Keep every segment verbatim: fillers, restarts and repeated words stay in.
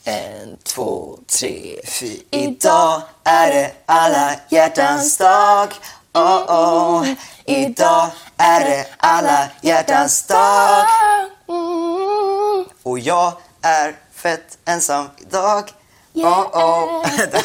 En, två, tre, fyra. Idag är det alla hjärtans dag. Oh, oh. Idag är det alla hjärtans dag. Och jag är fett ensam idag. Yeah. Oh, oh.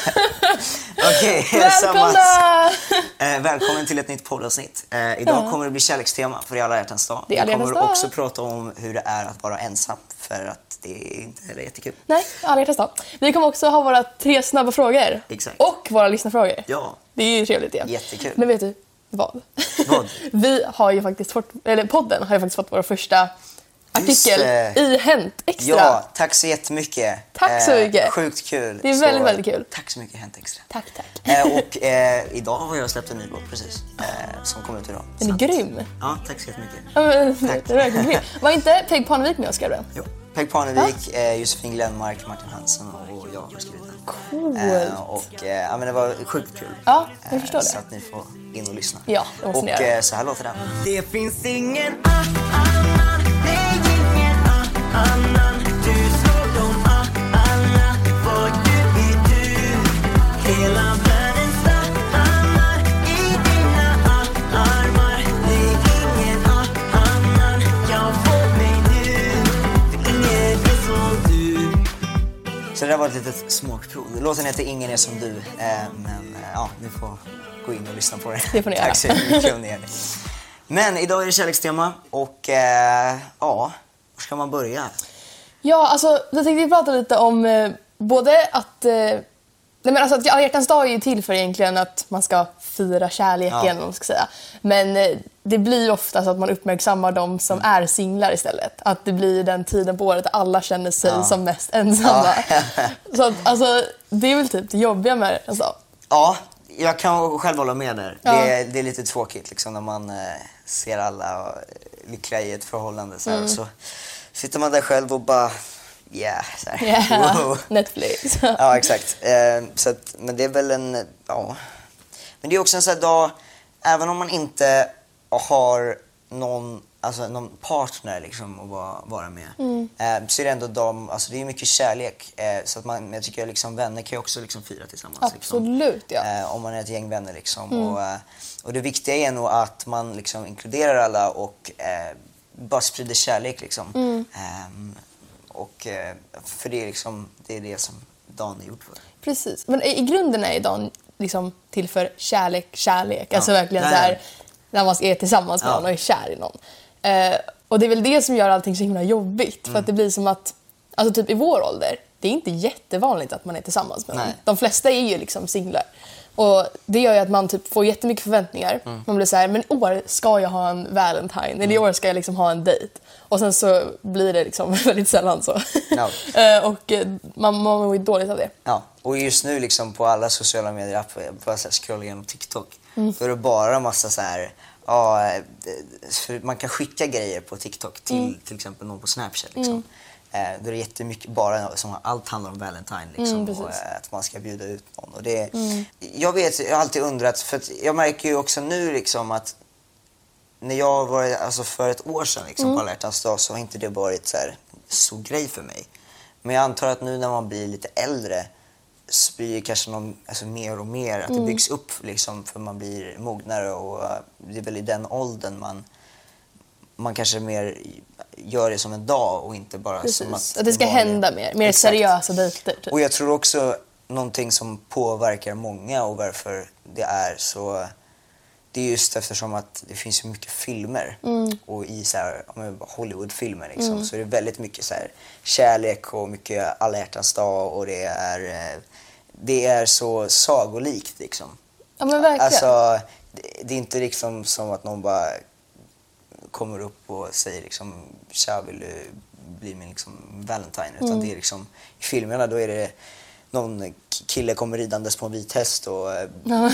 Okej, Välkomna! eh, välkommen till ett nytt poddavsnitt. Eh, idag ja. kommer det bli kärlekstema för alla hjärtans dag. Vi kommer dag. också prata om hur det är att vara ensam, för att det är inte heller jättekul. Nej, alla hjärtans dag. Vi kommer också ha våra tre snabba frågor. Exakt. Och våra lyssnarfrågor. Ja. Det är ju trevligt igen. Jättekul. Men vet du vad? Vad? Vi har ju faktiskt fått, eller podden har ju faktiskt fått vår första artikel i Hänt Extra. Ja, tack så jättemycket. Tack så mycket. Eh, sjukt kul. Det är väldigt, så, väldigt kul. Tack så mycket, Hänt Extra. Tack, tack. Eh, och eh, idag har jag släppt en ny låt precis, eh, som kommer ut idag. Den är att, grym. Ja, tack så jättemycket. Ja, men, tack. Det är verkligen grym. Var inte Peg Parnevik med och skrev den? Jo, Peg Parnevik, eh, Josefin Glenmark, Martin Hansen och jag har skrivit den. Coolt. Eh, och eh, ja, men det var sjukt kul. Ja, jag förstår eh, det. Så att ni får in och lyssna. Ja, det måste och ni göra. eh, så här låter den. Det finns ingen annan, det är ingen annan. Du slår dem alla, för du är du. Hela världen stannar i dina armar. Det är ingen annan, jag får mig nu. För ingen är som du. Så det där var ett litet smakprov. Låten heter Ingen är som du, eh, men eh, ja, ni får gå in och lyssna på det. Det får ni göra. Tack så mycket om ni gör det. Men idag är det kärlekstema och eh, ja, var ska man börja? Ja, alltså jag tänkte vi prata lite om eh, både att eh, nej men alltså att alla hjärtans dag är ju till för egentligen att man ska fira kärleken, Ja. om man ska säga. Men eh, det blir ofta så att man uppmärksammar de som mm. är singlar istället. Att det blir den tiden på året där alla känner sig Ja. som mest ensamma. Ja. Så att, alltså det är väl typ det jobbiga med det. Alltså. Ja, jag kan själv hålla med där. Ja. Det, är, det är lite tråkigt liksom, när man eh, ser alla lyckliga i ett förhållande så här, Mm. och så sitter man där själv och bara yeah, så här. Yeah. Wow. Netflix. Ja, exakt. Eh, så att, men det är väl en, ja. Men det är också en sån här dag, även om man inte har någon, alltså någon partner liksom att vara, vara med, Mm. eh, så är det ändå de, alltså det är mycket kärlek. Eh, så att man, jag tycker liksom vänner kan ju också liksom fira tillsammans. Absolut, liksom. ja. Eh, om man är ett gäng vänner liksom. Mm. Och, eh, och det viktiga är nog att man liksom inkluderar alla och eh, bara sprider kärlek liksom. Mm. Eh, och eh, för det är liksom, det är det som dagen är gjord för. Precis. Men i, i grunden är dagen liksom till för kärlek, kärlek. Ja. Alltså verkligen Nej. så här, när man är tillsammans med Ja. någon och är kär i någon. Eh, och det är väl det som gör allting så himla jobbigt. Mm. För att det blir som att, alltså typ i vår ålder, det är inte jättevanligt att man är tillsammans med någon. Nej. De flesta är ju liksom singlar. Och det gör ju att man typ får jättemycket förväntningar. Mm. Man blir så här, men i år ska jag ha en Valentine. Eller i år ska jag liksom ha en dejt. Och sen så blir det liksom väldigt sällan så. Ja. Eh, och eh, man man mår ju dåligt av det. Ja, och just nu liksom på alla sociala medier-appar, jag bara så här scrollar igenom TikTok, mm. då är det bara massa så här, ja, för man kan skicka grejer på TikTok till Mm. till exempel någon på Snapchat liksom. Mm. Eh, då är det jättemycket bara som allt handlar om Valentine liksom, Mm, och eh, att man ska bjuda ut någon. Och det, Mm. jag vet, jag har alltid undrat, för att jag märker ju också nu liksom att när jag var, alltså för ett år sedan liksom, Mm. på alla hjärtans dag, så har inte det varit så här så grej för mig. Men jag antar att nu när man blir lite äldre så blir det kanske någon, alltså mer och mer att Mm. det byggs upp liksom, för man blir mognare, och uh, det är väl i den åldern man man kanske mer gör det som en dag och inte bara Precis. som att att det ska vanliga- hända mer. Mer Exakt. seriösa dejter. Typ. Och jag tror också någonting som påverkar många och varför det är så, det är just eftersom att det finns så mycket filmer. Mm. Och i så här, ja, men Hollywoodfilmer liksom, Mm. så är det väldigt mycket så här kärlek och mycket alla hjärtans dag, och det är eh, det är så sagolikt liksom. Ja, men verkligen. Alltså det, det är inte liksom som att någon bara kommer upp och säger liksom, tja, vill du bli min liksom Valentine, utan Mm. det är liksom i filmerna, då är det någon kille kommer ridandes på en vit häst och eh, Ja.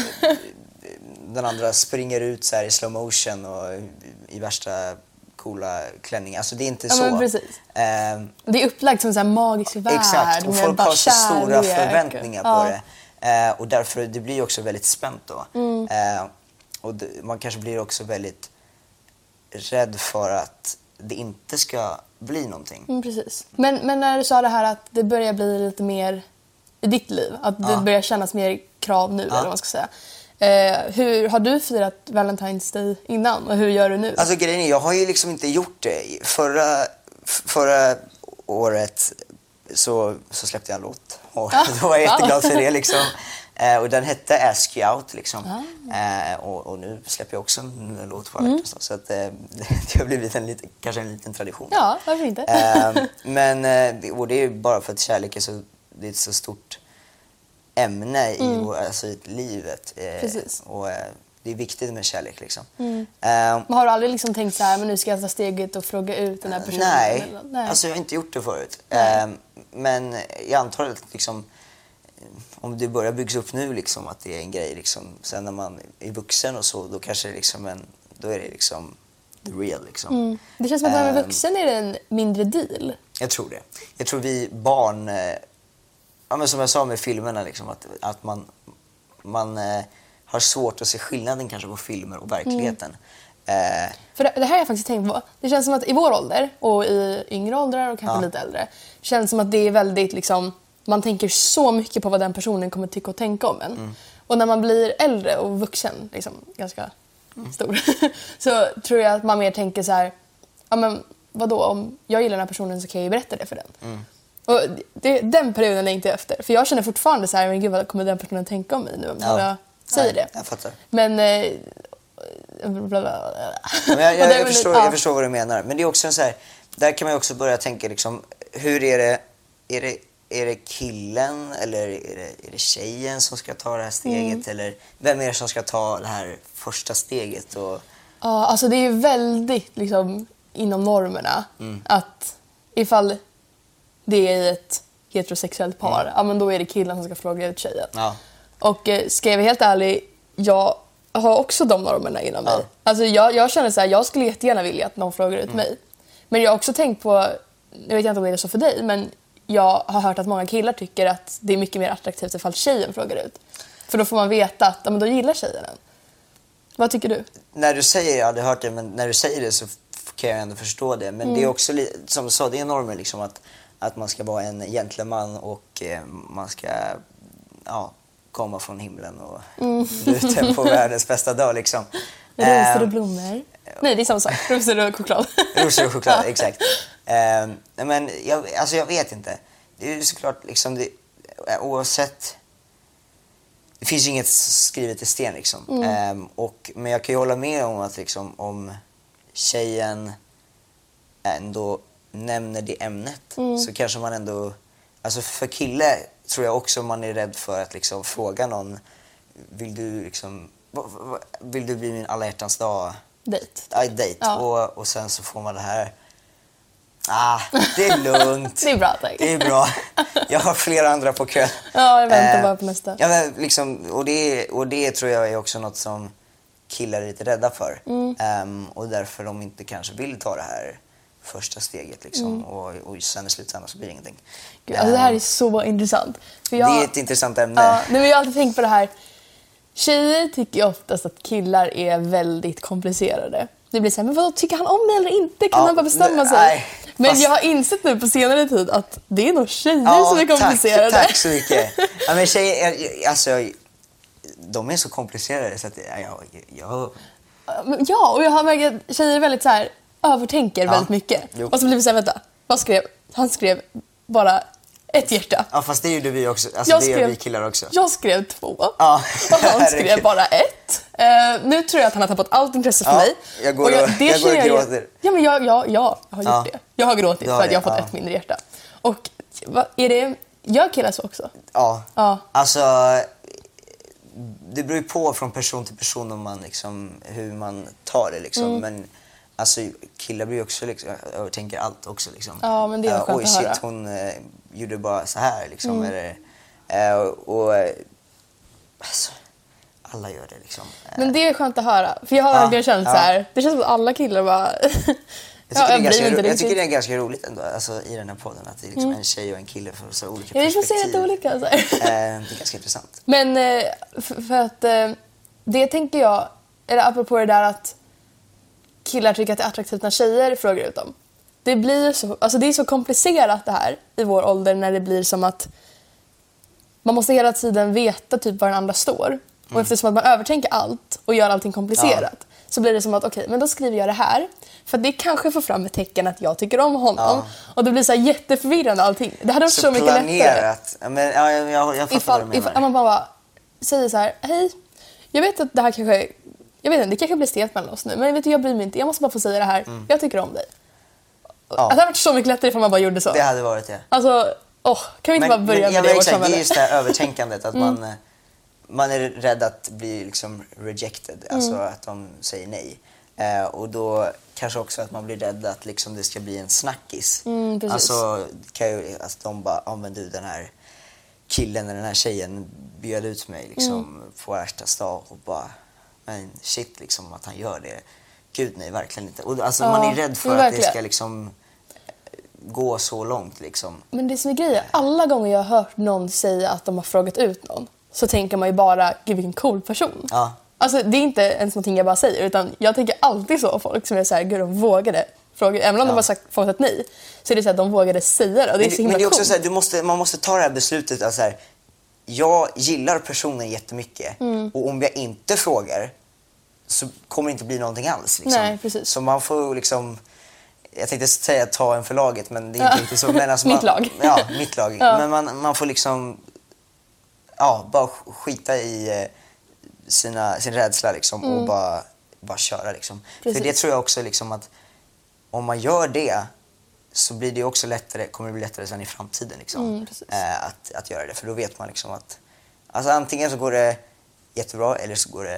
den andra springer ut så här i slow motion och i värsta coola klänningar. Alltså det är inte Ja, så. men precis. Ehm, Det är upplagt som en sån här magisk värld. exakt, och med folk bara har så stora kärlek. förväntningar Ja. på det. Ehm, och därför det blir också väldigt spänt då. Mm. Ehm, och det, man kanske blir också väldigt rädd för att det inte ska bli någonting. Mm, precis. Men, men när du sa det här att det börjar bli lite mer i ditt liv, att det Ja. börjar kännas mer krav nu, eller vad man ska säga. Eh, hur har du firat Valentine's Day innan och hur gör du nu? Alltså grejen är, jag har ju liksom inte gjort det. Förra, f- förra året så, så släppte jag en låt och Ja. då var jag jätteglad Ja. för det liksom. Eh, och den hette Ask You Out liksom. Eh, och, och nu släpper jag också en, en låt på alla mm. Så att eh, det har blivit en liten, kanske en liten tradition. Ja, varför inte? eh, men eh, och det är ju bara för att kärlek är så, det är ett så stort ämne i, Mm. vår, alltså, i livet. Eh, Precis. och eh, det är viktigt med kärlek liksom. Mm. Eh, Men har du aldrig liksom tänkt så här, men nu ska jag ta steget och fråga ut den här personen? Nej, eller något? Nej. alltså jag har inte gjort det förut. Nej. Eh, men jag antar att liksom, om det börjar byggas upp nu liksom, att det är en grej liksom, sen när man är vuxen och så, då kanske det liksom en, då är det liksom the real liksom. Mm. Det känns som att när man är Ehm. vuxen är det en mindre deal. Jag tror det. Jag tror vi barn, eh, ja, men som jag sa med filmerna liksom, att, att man, man eh, har svårt att se skillnaden kanske på filmer och verkligheten. Eh, För det, det här har jag faktiskt tänkt på. Det känns som att i vår ålder och i yngre åldrar och kanske Ja. lite äldre, känns som att det är väldigt liksom, man tänker så mycket på vad den personen kommer tycka och tänka om en. Mm. Och när man blir äldre och vuxen, liksom ganska Mm. stor, så tror jag att man mer tänker så här, ja men vadå, om jag gillar den här personen så kan jag ju berätta det för den. Mm. Och det, den perioden är inte efter. För jag känner fortfarande så här, men gud vad kommer den personen tänka om mig nu om Ja. jag säger Nej, det. jag fattar. Men eh, bla, bla, bla. Men jag, Och jag, det är jag, väl- förstår, ja. jag förstår vad du menar. Men det är också en så här, där kan man ju också börja tänka liksom, hur är det, är det, är det killen eller är det, är det tjejen som ska ta det här steget? Mm. Eller vem är det som ska ta det här första steget? Och, Ja, alltså det är ju väldigt liksom inom normerna Mm. att ifall det är ett heterosexuellt par, ja men då är det killen som ska fråga ut tjejen. ja. Och eh, ska jag vara helt ärlig, jag har också de normerna inom mig. Ja. Alltså jag, jag känner så här, jag skulle jättegärna vilja att någon frågar Mm. ut mig. Men jag har också tänkt på, jag vet inte om det är så för dig, men jag har hört att många killar tycker att det är mycket mer attraktivt ifall tjejen frågar ut. För då får man veta att ja, men då gillar tjejen den. Vad tycker du? När du säger, jag hade hört det, men när du säger det så f- kan jag ändå förstå det. Men det är också, li- som du sa, det är normer liksom att, att man ska vara en gentleman och eh, man ska ja, komma från himlen och Mm. ute på världens bästa dag liksom. Rosor Ehm, och blommor? Nej, det är samma sak. Rosor och choklad. Rosor och choklad, exakt. Eh, men jag, alltså jag vet inte. Det är ju såklart liksom, det, oavsett, det finns ju inget skrivet i sten liksom. Mm. Eh, och, men jag kan ju hålla med om att liksom, om tjejen ändå nämner det ämnet Mm. så kanske man ändå, alltså för kille tror jag också man är rädd för att liksom fråga någon, vill du liksom, va- va- vill du bli min alla hjärtans dag Dejt. ja, dejt. Ja. Och, och sen så får man det här. Ah, det är lugnt. Det är bra, tack. Det är bra. Jag har flera andra på kö. Ja, jag väntar Eh, bara på nästa. Ja, men liksom, och, det, och det tror jag är också något som killar är lite rädda för. Mm. Ehm, och därför de inte kanske vill ta det här första steget. Liksom. Mm. Och, och sen i slutändan så blir det ingenting. Gud, alltså det här Ehm, är så intressant. För jag, Det är ett intressant ämne. ja, nej, men jag har alltid tänkt på det här. Tjejer tycker ju oftast att killar är väldigt komplicerade. Det blir så här, men vadå, tycker han om det eller inte? Kan Ja, han bara bestämma nej, sig? nej, men fast- jag har insett nu på senare tid att det är nog tjejer Ja, som är komplicerade. Tack, tack så mycket. Ja, men tjejer, alltså, de är så komplicerade så att ja, jag, jag, Ja, och jag har märkt att tjejer är väldigt så här, övertänker Ja. väldigt mycket. Jo. Och så blir vi så här, vänta, vad skrev? Han skrev bara ett hjärta. ja, fast det gjorde vi också. Alltså, Jag det gör skrev- vi killar också. Jag skrev två Ja. och han skrev Herregud. bara ett. Eh, nu tror jag att han har tappat allt intresse för Ja, mig. jag går och- jag går och känner ju- gråter. Ja, men jag, jag, jag har gjort Ja. det. Jag har gråtit Du har för att det, jag har fått ja. ett mindre hjärta. Och vad, är det, gör killar så också? Ja. Ja. Alltså, det beror ju på från person till person om man liksom, hur man tar det liksom. Mm. Men alltså, killar blir ju också liksom, övertänker allt också liksom. Ja, men det är Eh, skönt Oj att shit, höra. Mm. hon eh, gjorde bara så här liksom. Eller, eh, och, eh, alltså, alla gör det liksom. Eh, Men det är skönt att höra. För jag har Ja, verkligen känt ja. så här. Det känns som att alla killar bara... Jag tycker, ja, det är ganska, bryr mig ro- inte jag tycker riktigt. det är ganska roligt ändå, alltså, i den här podden, att det är liksom en tjej och en kille får så olika Ja, vi får se perspektiv. lite olika. Så här. Eh, det är ganska intressant. Men eh, för, för att eh, det tänker jag, eller apropå det där att killar tycker att det är attraktivt när tjejer frågar ut dem. Det blir så, alltså det är så komplicerat det här i vår ålder när det blir som att man måste hela tiden veta typ var den andra står. Mm. Och eftersom att man övertänker allt och gör allting komplicerat ja. så blir det som att okej, okay, men då skriver jag det här. För att det kanske får fram ett tecken att jag tycker om honom. Ja. Och det blir så här jätteförvirrande allting. Det hade varit så, så mycket planerat. lättare. Men, ja, jag, jag, jag fattar ifall, vad du menar. Ifall man bara säger så här, hej, jag vet att det här kanske, jag vet inte, det kanske blir stelt mellan oss nu. Men vet du, jag bryr mig inte, jag måste bara få säga det här. Mm. Jag tycker om dig. Ja. Det hade varit så mycket lättare ifall man bara gjorde så. Det hade varit det. Alltså, åh, kan vi inte men, bara börja men, med det? det? Exakt, det är just det här övertänkandet. Att mm. man, man är rädd att bli liksom rejected. Alltså mm. att de säger nej. Eh, och då kanske också att man blir rädd att liksom det ska bli en snackis. Mm, alltså, kan ju, alltså de bara, ja men du den här killen eller den här tjejen bjöd ut mig liksom mm. på värsta stad och bara, men shit liksom att han gör det. Gud nej, verkligen inte. Och, alltså, ja, man är rädd för att det ska liksom gå så långt liksom. Men det som är grejen, alla gånger jag har hört någon säga att de har frågat ut någon så tänker man ju bara, gud vilken cool person. Ja. Alltså det är inte ens någonting jag bara säger utan jag tänker alltid så folk som är så här, gud de vågade fråga, även om ja. de har sagt fått ett nej så är det så att de vågade säga det och det är så himla men det är också coolt. så här, du måste, man måste ta det här beslutet att så här, jag gillar personen jättemycket mm. och om jag inte frågar så kommer det inte bli någonting alls liksom. Nej, precis. Så man får liksom, jag tänkte säga ta en för laget men det är inte riktigt så. Men alltså mitt man, lag. Ja, mitt lag. Ja. Men man, man får liksom ja, bara skita i sina, sin rädsla liksom mm. och bara, bara köra liksom. Precis. För det tror jag också liksom att om man gör det så blir det också lättare, kommer det bli lättare sen i framtiden liksom, mm, äh, att, att göra det. För då vet man liksom att alltså antingen så går det jättebra eller så går det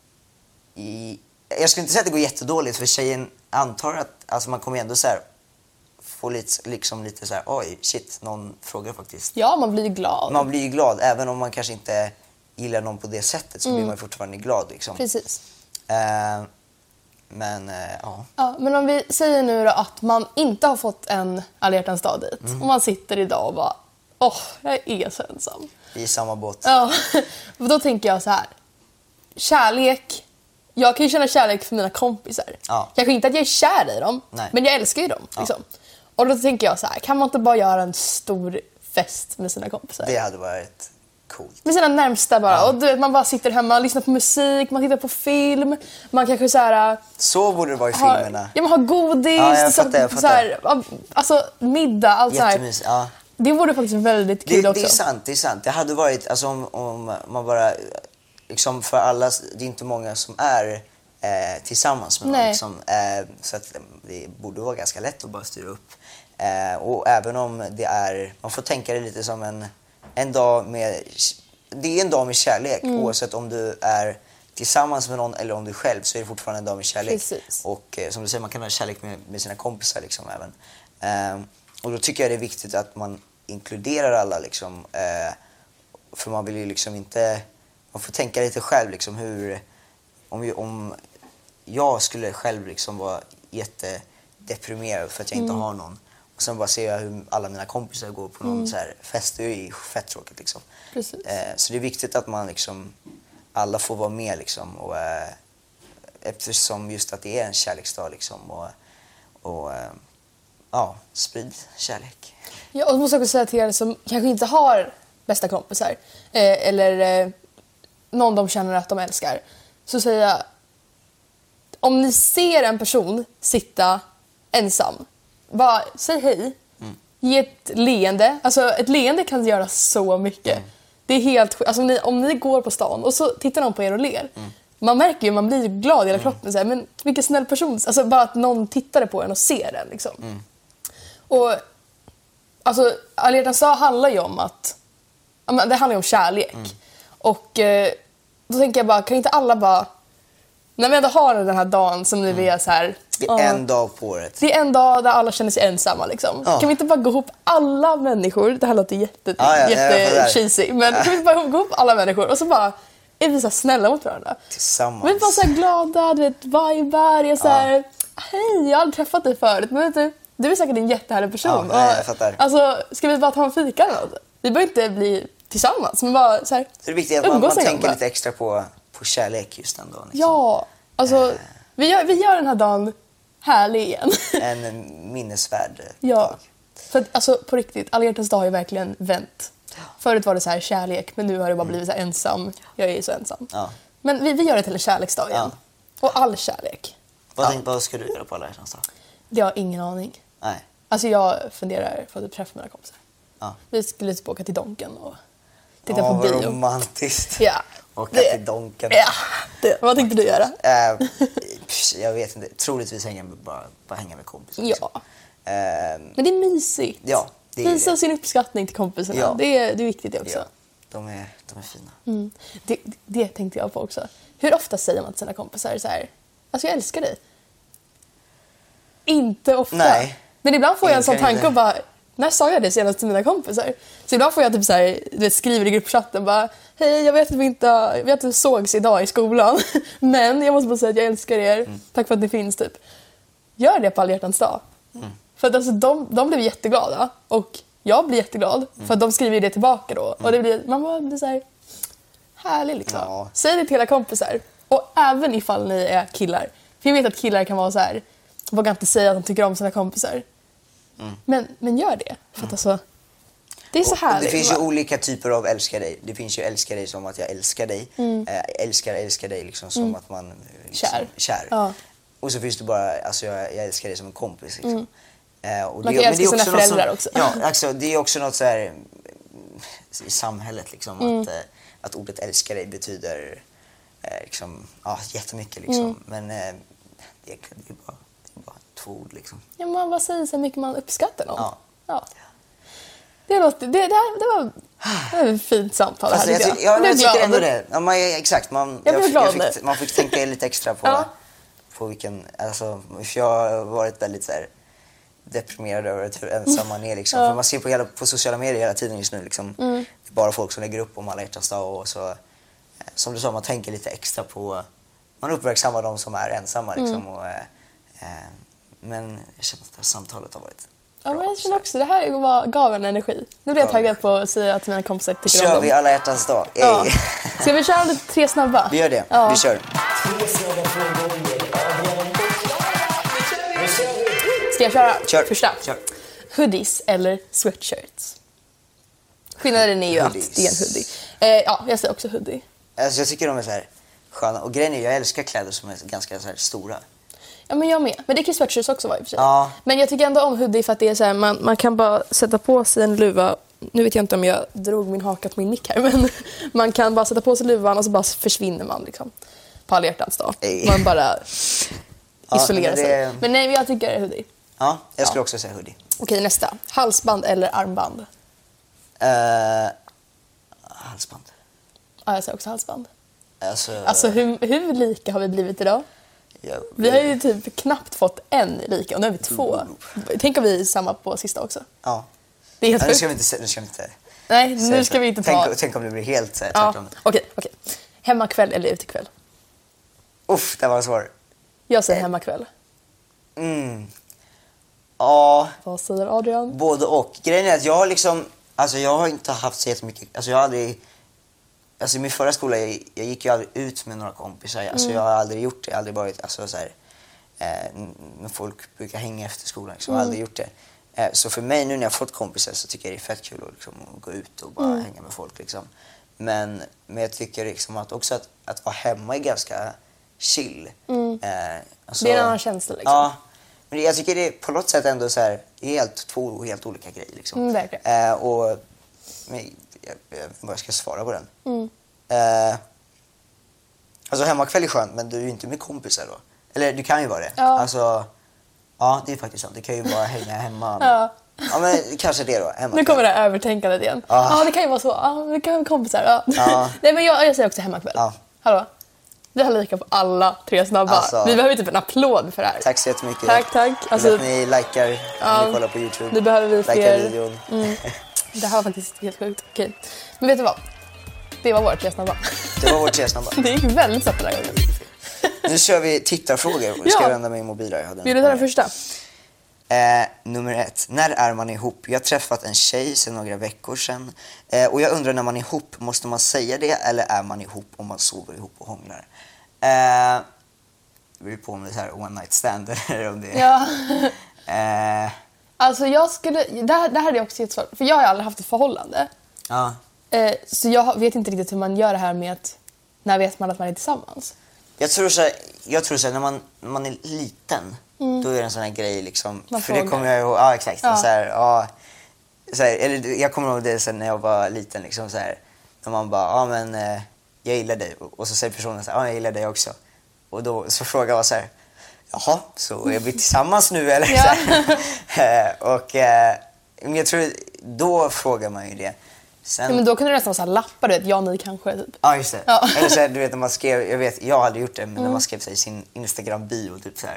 i, jag skulle inte säga att det går jättedåligt för tjejen antar att alltså man kommer ändå så här få lite, liksom lite så här, oj shit, någon frågar faktiskt. Ja, man blir glad. Man blir glad även om man kanske inte gillar någon på det sättet så mm. blir man fortfarande glad liksom. Precis. Uh, men uh, ja. Ja, men om vi säger nu då att man inte har fått en alla hjärtans dag dit mm. och man sitter idag och bara, åh, oh, jag är så ensam. I samma båt. Ja, och då tänker jag så här, kärlek, jag kan ju känna kärlek för mina kompisar. Ja. Kanske inte att jag är kär i dem, nej. men jag älskar ju dem. Liksom. Ja. Och då tänker jag så här, kan man inte bara göra en stor fest med sina kompisar? Det hade varit coolt. Med sina närmsta bara. Ja. Och du vet, man bara sitter hemma, lyssnar på musik, man tittar på film, man kanske så här. Så borde det vara i har, filmerna. Ja, man har godis, ja, jag fattar, jag så, fattar. så här, alltså middag, allt så här. Ja. Det vore faktiskt väldigt kul det, också. Det är sant, det är sant. Det hade varit, alltså om, om man bara, liksom för alla, det är inte många som är eh, tillsammans med någon. Liksom, eh, så att det borde vara ganska lätt att bara styra upp. Eh, och även om det är, man får tänka det lite som en, en dag med, det är en dag med kärlek mm. oavsett om du är tillsammans med någon eller om du själv så är det fortfarande en dag med kärlek. Precis. Och eh, som du säger, man kan ha kärlek med, med sina kompisar liksom även. Eh, och då tycker jag det är viktigt att man inkluderar alla liksom, eh, för man vill ju liksom inte, man får tänka lite själv liksom hur, om, om jag skulle själv liksom vara jättedeprimerad för att jag inte mm. har någon och sen bara ser jag hur alla mina kompisar går på någon mm. så här fest, det är ju fett tråkigt liksom. Precis. Eh, så det är viktigt att man liksom, alla får vara med liksom och eh, eftersom just att det är en kärleksdag liksom och, och eh, ja, sprid kärlek. Ja, och måste också säga till er som kanske inte har bästa kompisar eh, eller eh, någon de känner att de älskar, så säger jag, om ni ser en person sitta ensam, bara säg hej, mm. ge ett leende, alltså ett leende kan göra så mycket. Mm. Det är helt, alltså om ni, om ni går på stan och så tittar någon på er och ler, mm. man märker ju, man blir glad i hela kroppen, mm. så här, men vilken snäll person, alltså bara att någon tittar på en och ser den liksom. Mm. Och alltså, alla hjärtans dag handlar ju om att, det handlar ju om kärlek. Mm. Och eh, då tänker jag bara, kan inte alla bara, när vi ändå har den här dagen som nu är så här, det är en uh, dag på året. Det är en dag där alla känner sig ensamma liksom. Ja. Kan vi inte bara gå ihop alla människor, det här låter jätte, ja, ja, jätte cheesy, men kan vi inte bara gå ihop alla människor och så bara är vi så snälla mot varandra. Tillsammans. Vi är bara så här glada, du vet, vibar, jag så här, ja. Hej, jag har aldrig träffat dig förut, men vet du, du är säkert en jättehärlig person. Ja, nej, jag fattar. Alltså, ska vi bara ta en fika eller något? Vi behöver inte bli tillsammans, men bara så här. Så det är viktigt att man, man tänker lite extra på, på kärlek just den dagen. Liksom. Ja, alltså, Vi gör, vi gör den här dagen härlig igen. En minnesvärd Ja. dag. För att, alltså på riktigt, alla hjärtans dag har ju verkligen vänt. Förut var det så här kärlek, men nu har det bara blivit så här ensam. Jag är ju så ensam. Ja. Men vi, vi gör det till en kärleksdag igen. Och all kärlek. Vad, tänk, vad ska du göra på alla hjärtans dag? Det har jag ingen aning. Nej. Alltså jag funderar på att träffa mina kompisar. Ja. Vi skulle typ åka till Donken och titta Åh, på vad bio. romantiskt. Ja. Åka Det- till Donken. Ja, det. Vad tänkte du göra? Eh, pff, jag vet inte. Troligtvis hänga med, bara, bara hänga med kompisar. liksom. Ja. Eh, Men det är mysigt. Ja, det är Visa det. sin uppskattning till kompisarna. Ja. Det, är, det är viktigt det också. ja, de, är, de är fina. Mm. Det, det tänkte jag på också. Hur ofta säger man till sina kompisar så här, alltså jag älskar dig? Inte ofta. Nej. Men ibland får jag en sån Egentligen tanke och bara, när sa jag det senast till mina kompisar? Så ibland får jag typ så här, du vet, skriver i gruppchatten bara, hej jag vet att vi inte, jag vet att vi sågs idag i skolan, men jag måste bara säga att jag älskar er, Mm. tack för att ni finns typ. Gör det på alla hjärtans dag. Mm. För att alltså, de, de blev jätteglada och jag blir jätteglad Mm. för att de skriver ju det tillbaka då. Och det blir, man bara blir så här härlig liksom. Ja. Säg det till era kompisar. Och även ifall ni är killar. För jag vet att killar kan vara så här, vågar inte säga att de tycker om sina kompisar. Mm. Men, men gör det. För att alltså, det är så Och härligt. det finns ju va? olika typer av älska dig. Det finns ju älska dig som att jag älskar dig. Eh, älskar, älskar dig liksom som att man... eh, Liksom, Kär. kär. Ja. Och så finns det bara, alltså jag, jag älskar dig som en kompis liksom. Eh, och Man det, kan men det är älska sina också något föräldrar som, också. Ja, alltså, det är också något så här mm, i samhället liksom Mm. att, eh, att ordet älskar dig betyder eh, liksom, ja, jättemycket liksom. Mm. Men eh, det, det, är bara, det är bara två ord liksom. Ja, man bara säger så mycket man uppskattar någon. Ja. Ja. Det, låter, det, det, här, det, var, det var ett fint samtal. Alltså, här, jag, tycker tycker- ja, men jag blev tycker ändå glad. det. Ja, man, exakt, man, Jag blev glad fick, nu. man fick tänka lite extra på, Ja. på vilken... Alltså, för jag har varit väldigt så här, deprimerad över hur ensam man är. Liksom. Ja. För man ser på, hela, på sociala medier hela tiden just nu. Liksom. Mm. Det är bara folk som lägger upp om alla hjärtans dag. Och så, eh, som du sa, man tänker lite extra på... Man uppmärksammar de som är ensamma. Liksom, Mm. och, eh, eh, men jag känner att det här samtalet har varit Ja, bra. men jag känner också det här var, gav en energi. Nu blir jag Gav taggad på att säga att mina kompisar tycker om Kör dem. vi alla hjärtans dag? Ja. Ey. Ska vi köra lite tre snabba? Vi gör det. Ja. Vi kör. Ska jag köra? Kör. Första. Kör. Hoodies eller sweatshirts? Skillnaden är ju Hoodies. att det är en hoodie. Eh, ja, jag säger också hoodie. Alltså, jag tycker de är så här sköna. Och grejen är, jag älskar kläder som är ganska så här stora. Ja, men jag med. Men det kan sweatshirts också vara i och för sig. Ja. Men jag tycker ändå om hoodie för att det är så här, man, man kan bara sätta på sig en luva. Nu vet jag inte om jag drog min haka på min nick här, men man kan bara sätta på sig luvan och så bara försvinner man liksom. På alla hjärtans dag. Ej. Man bara Ja, isolerar men det- sig. Men nej, jag tycker det är hoodie. Ja, jag skulle Ja. också säga hoodie. Okej, nästa. Halsband eller armband? Uh, halsband. Ja, jag säger också halsband. Alltså, Alltså hur, hur lika har vi blivit idag? jag, Vi har ju typ knappt fått en lika och nu har vi två. Tänk om vi är samma på sista också. Ja. Det är helt Ja, nu ska sjukt. vi inte... se- Nu ska vi inte Nej, säga nu så. ska vi inte ta... Tänk, tänk om det blir helt så här, Ja, tvärtom. okej, okej. Hemmakväll eller utekväll? Uff, det var svår. Jag säger hemmakväll. Mm. Ja, Vad säger Adrian? både och. Grejen är att jag har liksom... Alltså jag har inte haft så jättemycket... Alltså jag har aldrig... Alltså i min förra skola, jag, jag gick ju aldrig ut med några kompisar. Alltså Mm. jag har aldrig gjort det. Jag har aldrig varit... Alltså så här, eh, när folk brukar hänga efter skolan. Liksom. Jag har Mm. aldrig gjort det. Eh, så för mig nu när jag har fått kompisar så tycker jag det är fett kul att, liksom, att gå ut och bara Mm. hänga med folk. Liksom. Men, men jag tycker liksom att också att, att vara hemma är ganska chill. Mm. Eh, alltså, Det är en annan känsla liksom. Ja, men det- jag tycker det är på något sätt ändå så här, det är helt, två helt olika grejer. Liksom. Mm, verkligen. Eh, och men, jag, jag vet inte vad jag ska svara på den. Mm. Eh, alltså hemmakväll är skönt, men du är ju inte med kompisar då. Eller du kan ju vara det. Ja. Alltså, ja, det är faktiskt sant. Du kan ju bara hänga hemma. Ja. Ja, men kanske det då. Hemmakväll. Nu kommer det här övertänkandet igen. Ja, Ja. det kan ju vara så. Ja, vi kan vara kompisar. Ja. Ja. Nej, men jag, jag säger också hemmakväll. Ja. Hallå? Vi har lika på alla tre snabba. Alltså. Vi behöver typ en applåd för det här. Tack så jättemycket. Tack, tack. Alltså, Alltså, att ni likar när Ja, ni kollar på YouTube. nu behöver vi Likar fler- videon. mm, det här var faktiskt helt sjukt. Okej. Men vet du vad? Det var vårt tre snabba. Det var vårt tre snabba. Det gick väldigt snabbt den här gången. Nu kör vi tittarfrågor. Nu ska Ja. jag vända min mobil här. Jag hade Vill du ta den första? Eh, nummer ett. När är man ihop? Jag har träffat en tjej sedan några veckor sedan. Eh, och jag undrar, när man är ihop, måste man säga det eller är man ihop om man sover ihop och hånglar? Eh, beror på om det är så här one night stand eller om det är... Ja. Eh, Alltså jag skulle... Det här, det här är också jättesvårt. För jag har aldrig haft ett förhållande. ja. Eh, så jag vet inte riktigt hur man gör det här med att... När vet man att man är tillsammans? Jag tror så här, jag tror så här, när man, när man är liten, då är det en sån här grej liksom. Man för det frågar. kommer jag ihåg, ja exakt. Ja. Så här, ja, så här, eller jag kommer ihåg det sen när jag var liten liksom så här. När man bara, ja men eh, jag gillar dig. Och så säger personen så här, ja jag gillar dig också. Och då så frågar jag så här, jaha, så är vi tillsammans nu eller? Ja. Så här. och eh, men jag tror, då frågar man ju det. Sen, Ja, men då kunde det nästan vara så här lappar, du vet, ja ni kanske typ. ja just det. Ja. Eller så här, du vet när man skrev, jag vet, jag hade gjort det, men när man skrev så här, i sin Instagram-bio typ så här.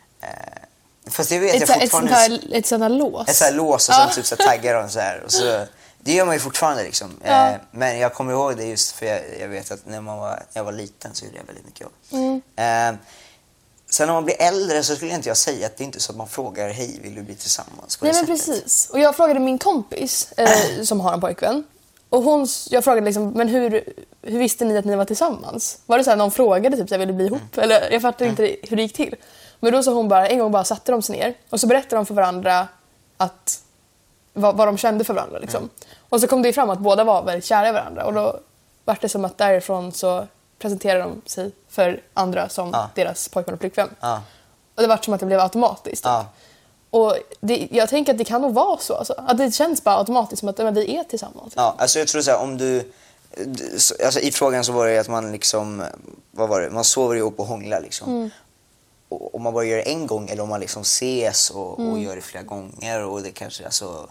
Eh, fast jag vet Ett, jag så här- ett sånt fortfarande... här, ett sånt här lås. Ett så här lås och Ja. sen typ så här taggar dem så här. Och så, det gör man ju fortfarande liksom. Ja. Eh, men jag kommer ihåg det just för jag, jag vet att när man var, när jag var liten så gjorde jag väldigt mycket jobb. Mm. Eh, sen när man blir äldre så skulle inte jag säga att det är inte så att man frågar, hej vill du bli tillsammans på Nej det men sättet. precis. Och jag frågade min kompis eh, som har en pojkvän. Och hon, jag frågade liksom, men hur, hur visste ni att ni var tillsammans? Var det så här någon frågade typ, så jag ville bli ihop? Mm. Eller jag fattar inte hur det gick till. Men då sa hon bara, en gång bara satte de sig ner. Och så berättade de för varandra att, vad, vad de kände för varandra liksom. Mm. Och så kom det ju fram att båda var väldigt kära i varandra. Och då var det som att därifrån så presenterade de sig för andra som Ja. deras pojkvän och flickvän. Ja. Och det var som att det blev automatiskt. Typ. Ja. Och det, jag tänker att det kan nog vara så. Alltså, att det känns bara automatiskt som att men, vi är tillsammans. Ja, alltså jag tror så här, om du... du- så- Alltså i frågan så var det ju att man liksom... Vad var det? Man sover ihop och hånglar liksom. Mm. Och om man bara gör det en gång eller om man liksom ses och, Mm. och gör det flera gånger och det kanske alltså...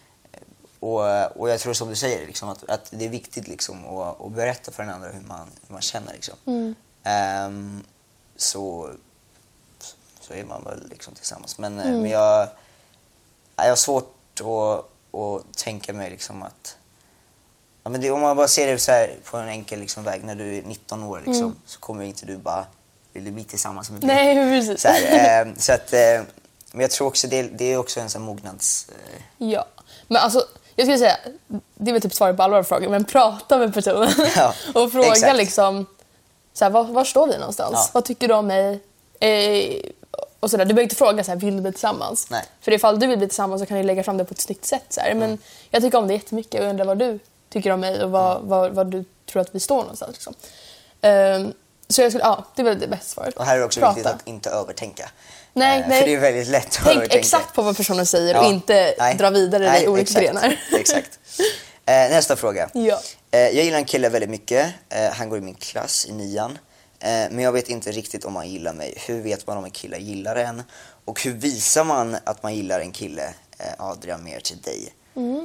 Och, och jag tror som du säger liksom, att, att det är viktigt liksom att, att berätta för den andra hur man, hur man känner liksom. Mm. Ehm, så, så är man väl liksom tillsammans. Men, eh, Mm. men jag, jag har svårt att, att tänka mig liksom att... Ja, men det, om man bara ser det så här på en enkel liksom väg när du är nitton år liksom, Mm. så kommer inte du bara vill du bli tillsammans med mig. Nej, precis. Så, här, eh, så att, eh, men jag tror också det, det är också en sån här mognads... Eh, Ja. Men alltså, jag skulle säga, det är väl typ svaret på alla våra frågor, men prata med personen. Ja, och fråga exakt. liksom, så här, var, var står vi någonstans? Ja. Vad tycker du om mig? Eh, och sådär. Du behöver inte fråga så här, vill du bli tillsammans? Nej. För ifall du vill bli tillsammans så kan du lägga fram det på ett snyggt sätt. Så här. Men Mm. jag tycker om det jättemycket och undrar vad du tycker om mig och vad, vad, vad du tror att vi står någonstans. Liksom. Ehm, så jag skulle, ja, det är väl det bästa svaret. och här är det också Prata. viktigt att inte övertänka. Nej, Eh, nej. För det är väldigt lätt att Tänk övertänka. exakt på vad personen säger Ja. och inte Nej. dra vidare Nej, i olika exakt. grenar. Exakt. Eh, nästa fråga. Ja. Eh, jag gillar en kille väldigt mycket. Eh, han går i min klass i nian. Eh, men jag vet inte riktigt om han gillar mig. Hur vet man om en kille gillar en? Och hur visar man att man gillar en kille? Eh, Adrian, mer till dig. Mm.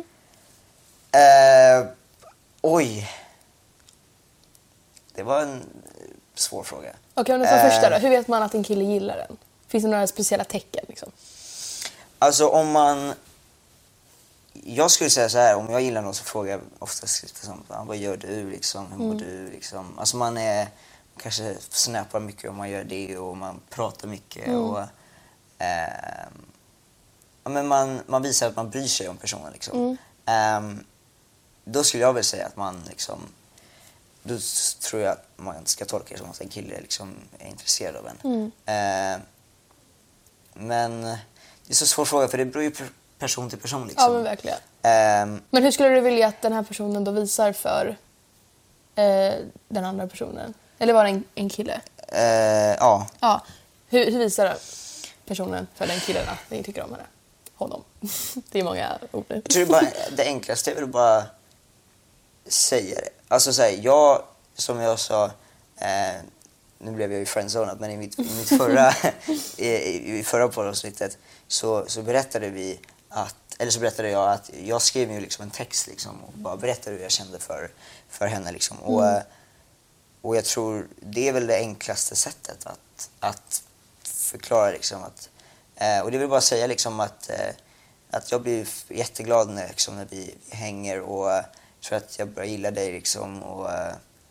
Eh, oj. Det var en eh, svår fråga. Okej, om du tar Eh. första då. Hur vet man att en kille gillar en? Finns det några speciella tecken? Liksom? Alltså om man... Jag skulle säga så här, om jag gillar någon så frågar jag oftast liksom, vad gör du liksom, hur mår Mm. du liksom. Alltså man är, kanske snappar mycket om man gör det och man pratar mycket Mm. och... ehm, ja, men man, man visar att man bryr sig om personen liksom. Mm. Ehm, då skulle jag väl säga att man liksom... Då s- tror jag att man ska tolka det som att en kille liksom är intresserad av en. Mm. Ehm, men det är så svår fråga för det beror ju per- person till person liksom. Ja, men verkligen. Ehm, Men hur skulle du vilja att den här personen då visar för eh, den andra personen? Eller var det en, en kille? eh, ja, Ja. Hur, hur visar personen för den killen att ni tycker om henne? Honom. Det är många ord nu. jag tror det, bara, det enklaste är väl att bara säga det. Alltså så här, jag, som jag sa, eh, nu blev jag ju friendzonad, men i mitt, i mitt förra, i, i förra poddavsnittet så, så berättade vi att, eller så berättade jag att jag skrev ju liksom en text liksom och bara berättade hur jag kände för, för henne liksom. Och, Mm. eh, och jag tror det är väl det enklaste sättet att, att förklara liksom att, eh, och det vill bara säga liksom att, eh, att jag blir jätteglad när, liksom, när vi, vi hänger och eh, tror att jag börjar gilla dig liksom och, eh,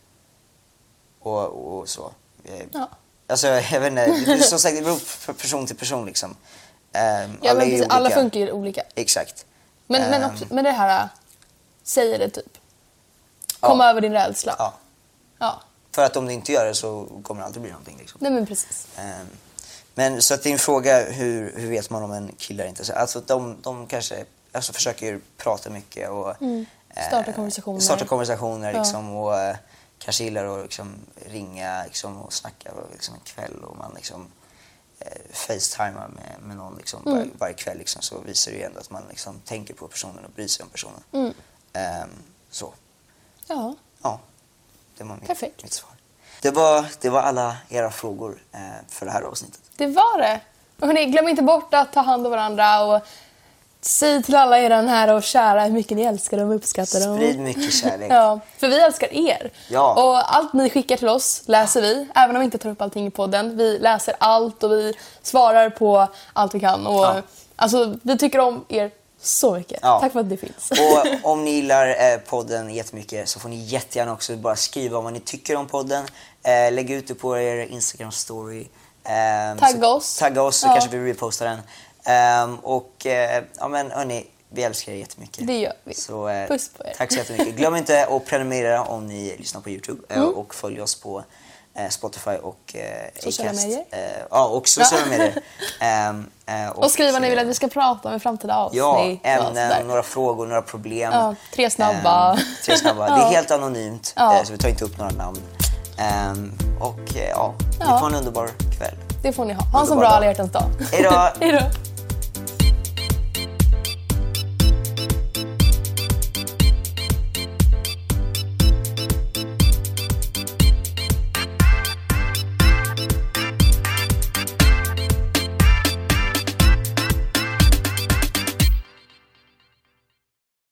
och, och så. Eh, Ja. Alltså jag vet inte, det är som sagt det beror på person till person liksom. Eh, Ja, men är precis, olika. alla funkar ju olika. Exakt. Men, men, Ehm. också, men det här, säger det typ. Komma Ja. över din rädsla. Ja. Ja. För att om du inte gör det så kommer det aldrig bli någonting. Liksom. Nej, men precis. Um, men så att din fråga, hur, hur vet man om en kille är inte så? Alltså de, de kanske alltså, försöker prata mycket och Mm. Starta konversationer. Eh, starta konversationer Ja. liksom, och eh, kanske gillar att liksom, ringa liksom, och snacka liksom, en kväll och man liksom eh, facetimar med, med någon liksom, Mm. var, varje kväll liksom, så visar det ju ändå att man liksom, tänker på personen och bryr sig om personen. Mm. Um, så. Ja, Ja, det var mitt, Perfekt. mitt svar. Det var, det var alla era frågor eh, för det här avsnittet. det var det. Och hörni, glöm inte bort att ta hand om varandra och säg till alla era nära och kära hur mycket ni älskar dem och uppskattar dem. Sprid mycket kärlek. Ja, för vi älskar er. Ja. Och allt ni skickar till oss läser vi, även om vi inte tar upp allting i podden. Vi läser allt och vi svarar på allt vi kan. Och, Ja. alltså, vi tycker om er så mycket. Ja. Tack för att det finns. Och om ni gillar eh, podden jättemycket så får ni jättegärna också bara skriva om vad ni tycker om podden. Eh, lägg ut det på er Instagram-story. Eh, Tagga så, oss. Tagga oss så Ja. kanske vi repostar den. Eh, och eh, ja men hörni, vi älskar er jättemycket. Det gör vi. Så, eh, Puss på er. Tack så jättemycket. Glöm inte att prenumerera om ni lyssnar på YouTube eh, Mm. och följ oss på eh, Spotify och eh, Sociala Acast. medier. Eh, ja, och sociala Ja. medier. Ehm, eh, Och skriv vad ni eh, vill att vi ska prata om i framtida avsnitt. Ja, och ämnen, sådär. några frågor, några problem. Ja, tre snabba. Ehm, tre snabba. Det är Ja. helt anonymt, Ja. eh, så vi tar inte upp några namn. Ehm, och eh, ja, ni Ja. får en underbar kväll. Det får ni ha. Ha en så Underbar bra dag. alla hjärtans dag. Hej då! Hej då!